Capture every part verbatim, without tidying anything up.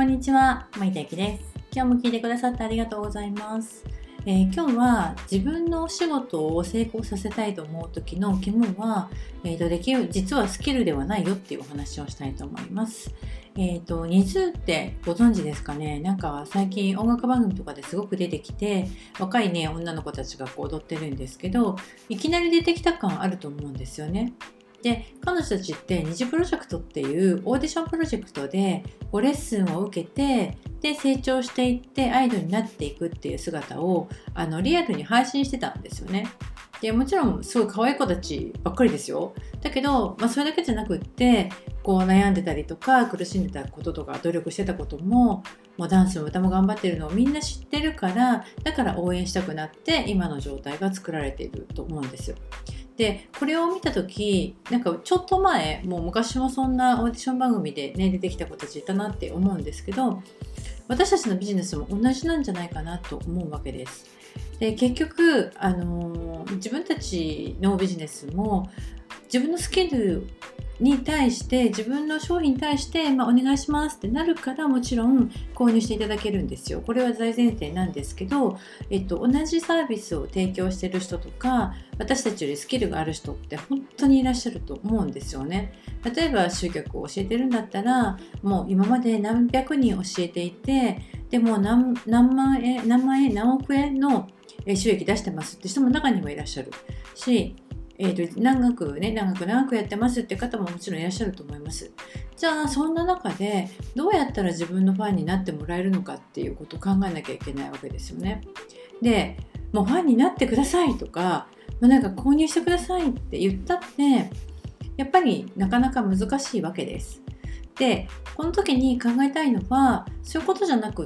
こんにちは、森田ゆきです。今日も聞いてくださってありがとうございます。えー、今日は自分のお仕事を成功させたいと思う時の肝は、えーと、できる実はスキルではないよっていうお話をしたいと思います。えーと、ニズってご存知ですかね。なんか最近音楽番組とかですごく出てきて、若いね女の子たちがこう踊ってるんですけど、いきなり出てきた感あると思うんですよね。で、彼女たちって二次プロジェクトっていうオーディションプロジェクトでこうレッスンを受けて、で成長していってアイドルになっていくっていう姿をあのリアルに配信してたんですよね。でもちろんすごい可愛い子たちばっかりですよ。だけど、まあ、それだけじゃなくってこう悩んでたりとか苦しんでたこととか努力してたことももうダンスも歌も頑張ってるのをみんな知ってるから、だから応援したくなって今の状態が作られていると思うんですよ。でこれを見た時、なんかちょっと前、もう昔もそんなオーディション番組で、ね、出てきた子たちいたなって思うんですけど、私たちのビジネスも同じなんじゃないかなと思うわけです。で結局、あのー、自分たちのビジネスも自分のスキルに対して自分の商品に対して、まあ、お願いしますってなるから、もちろん購入していただけるんですよ。これは大前提なんですけど、えっと、同じサービスを提供している人とか私たちよりスキルがある人って本当にいらっしゃると思うんですよね。例えば集客を教えてるんだったら、もう今まで何百人教えていて、でも 何, 何万円何万円何億円の収益出してますって人も中にはいらっしゃるし、えー、と長くね長く長くやってますって方ももちろんいらっしゃると思います。じゃあそんな中でどうやったら自分のファンになってもらえるのかっていうことを考えなきゃいけないわけですよね。でもうファンになってくださいとか、まあ、なんか購入してくださいって言ったってやっぱりなかなか難しいわけです。でこの時に考えたいのは、そういうことじゃなくって、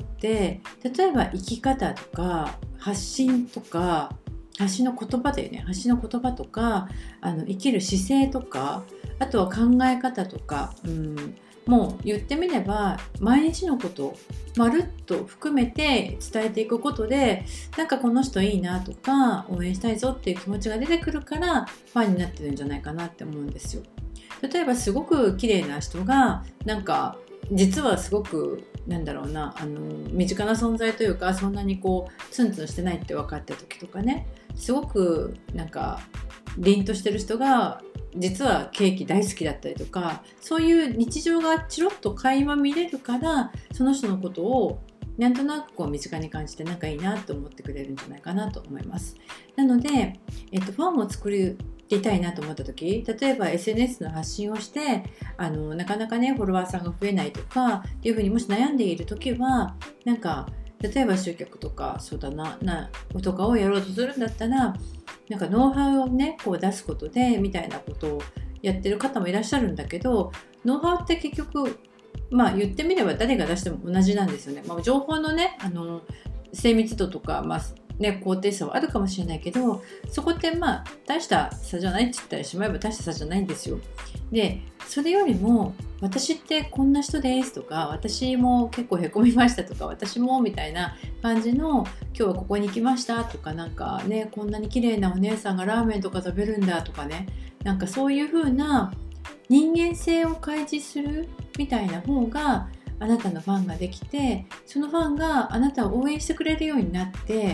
例えば生き方とか発信とか発信の言葉だよね。発信の言葉とか、あの生きる姿勢とか、あとは考え方とか、うん、もう言ってみれば毎日のことをまるっと含めて伝えていくことで、なんかこの人いいなとか応援したいぞっていう気持ちが出てくるからファンになってるんじゃないかなって思うんですよ。例えばすごく綺麗な人がなんか実はすごくなんだろうな、あの身近な存在というか、そんなにこうツンツンしてないって分かった時とかね、すごくなんか凛としてる人が実はケーキ大好きだったりとか、そういう日常がチロッと垣間見れるから、その人のことをなんとなくこう身近に感じて仲いいなと思ってくれるんじゃないかなと思います。なので、えっと、ファンを作りたいなと思った時、例えば エスエヌエス の発信をしてあのなかなかねフォロワーさんが増えないとかっていうふうにもし悩んでいる時は、なんか例えば集客とかそうだななとかをやろうとするんだったら、なんかノウハウをねこう出すことでみたいなことをやってる方もいらっしゃるんだけど、ノウハウって結局まあ言ってみれば誰が出しても同じなんですよね。まあ、情報のねあの精密度とか、まあね、高低差はあるかもしれないけど、そこってまあ大した差じゃないって言ったらしまえば大した差じゃないんですよ。でそれよりも私ってこんな人ですとか、私も結構へこみましたとか、私もみたいな感じの、今日はここに来ましたとか、なんかねこんなに綺麗なお姉さんがラーメンとか食べるんだとかね、なんかそういう風な人間性を開示するみたいな方があなたのファンができて、そのファンがあなたを応援してくれるようになって、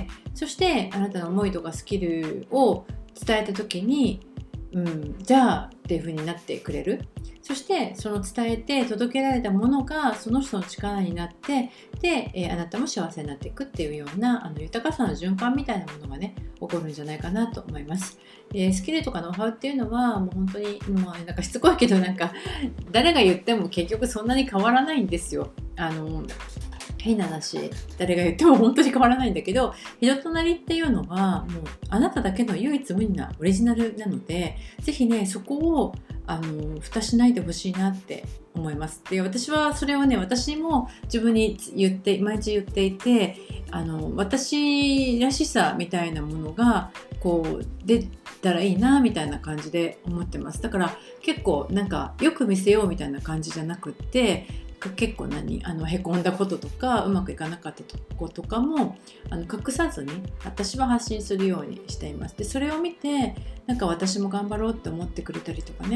そしてあなたの思いとかスキルを伝えた時に、うん、じゃあっていう風になってくれる。そしてその伝えて届けられたものがその人の力になって、で、えー、あなたも幸せになっていくっていうようなあの豊かさの循環みたいなものがね起こるんじゃないかなと思います。えー、スキルとかノウハウっていうのはもう本当に、まあ、なんかしつこいけど、なんか誰が言っても結局そんなに変わらないんですよ。あの変な話、誰が言っても本当に変わらないんだけど、人となりっていうのはもうあなただけの唯一無二なオリジナルなので、ぜひねそこをあの蓋しないでほしいなって思います。で私はそれをね私も自分に言って毎日言っていて、あの私らしさみたいなものがこう出たらいいなみたいな感じで思ってます。だから結構なんかよく見せようみたいな感じじゃなくって、結構何あのへこんだこととかうまくいかなかったこととかもあの隠さずに私は発信するようにしています。でそれを見てなんか私も頑張ろうって思ってくれたりとかね、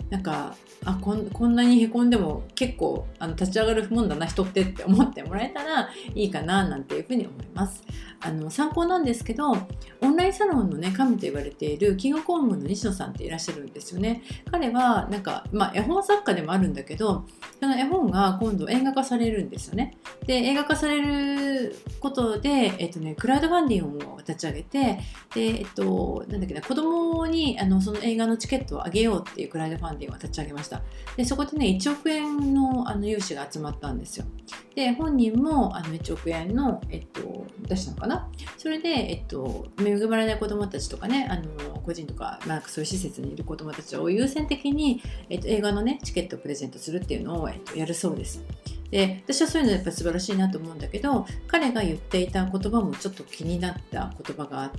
なんかあこん、こんなにへこんでも結構あの立ち上がるもんだな人ってって思ってもらえたらいいかななんていうふうに思います。あの参考なんですけど、オンラインサロンのね神と言われているキングコングの西野さんっていらっしゃるんですよね。彼はなんか、まあ、絵本作家でもあるんだけど、その絵本が今度映画化されるんですよね。で映画化されることで、えっとね、クラウドファンディングを立ち上げて、で、えっと、なんだっけな、子供にあのその映画のチケットをあげようっていうクラウドファンディングを立ち上げました。でそこでねいちおくえんの、あの融資が集まったんですよ。で本人もあのいちおくえんの、えっと、出したのかな。それで、えっと、恵まれない子どもたちとかね、あの個人とか、まあ、そういう施設にいる子どもたちを優先的に、えっと、映画のねチケットをプレゼントするっていうのを、えっと、やるそうです。で私はそういうのやっぱ素晴らしいなと思うんだけど、彼が言っていた言葉もちょっと気になった言葉があって、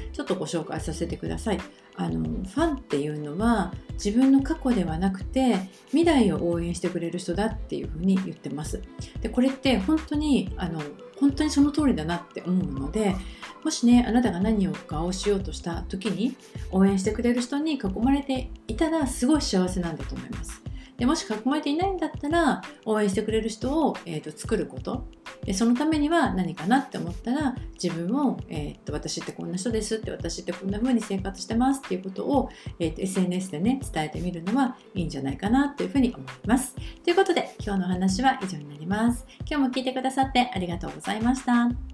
ちょっとご紹介させてください。あのファンっていうのは自分の過去ではなくて未来を応援してくれる人だっていうふうに言ってます。でこれって本当にあの本当にその通りだなって思うので、もしねあなたが何をかをしようとした時に応援してくれる人に囲まれていたらすごい幸せなんだと思います。でもし囲まれていないんだったら応援してくれる人を、えー、と作ること、でそのためには何かなって思ったら自分を、えー、と私ってこんな人ですって、私ってこんな風に生活してますっていうことを、えー、と エスエヌエス でね伝えてみるのはいいんじゃないかなというふうに思います。ということで今日の話は以上になります。今日も聞いてくださってありがとうございました。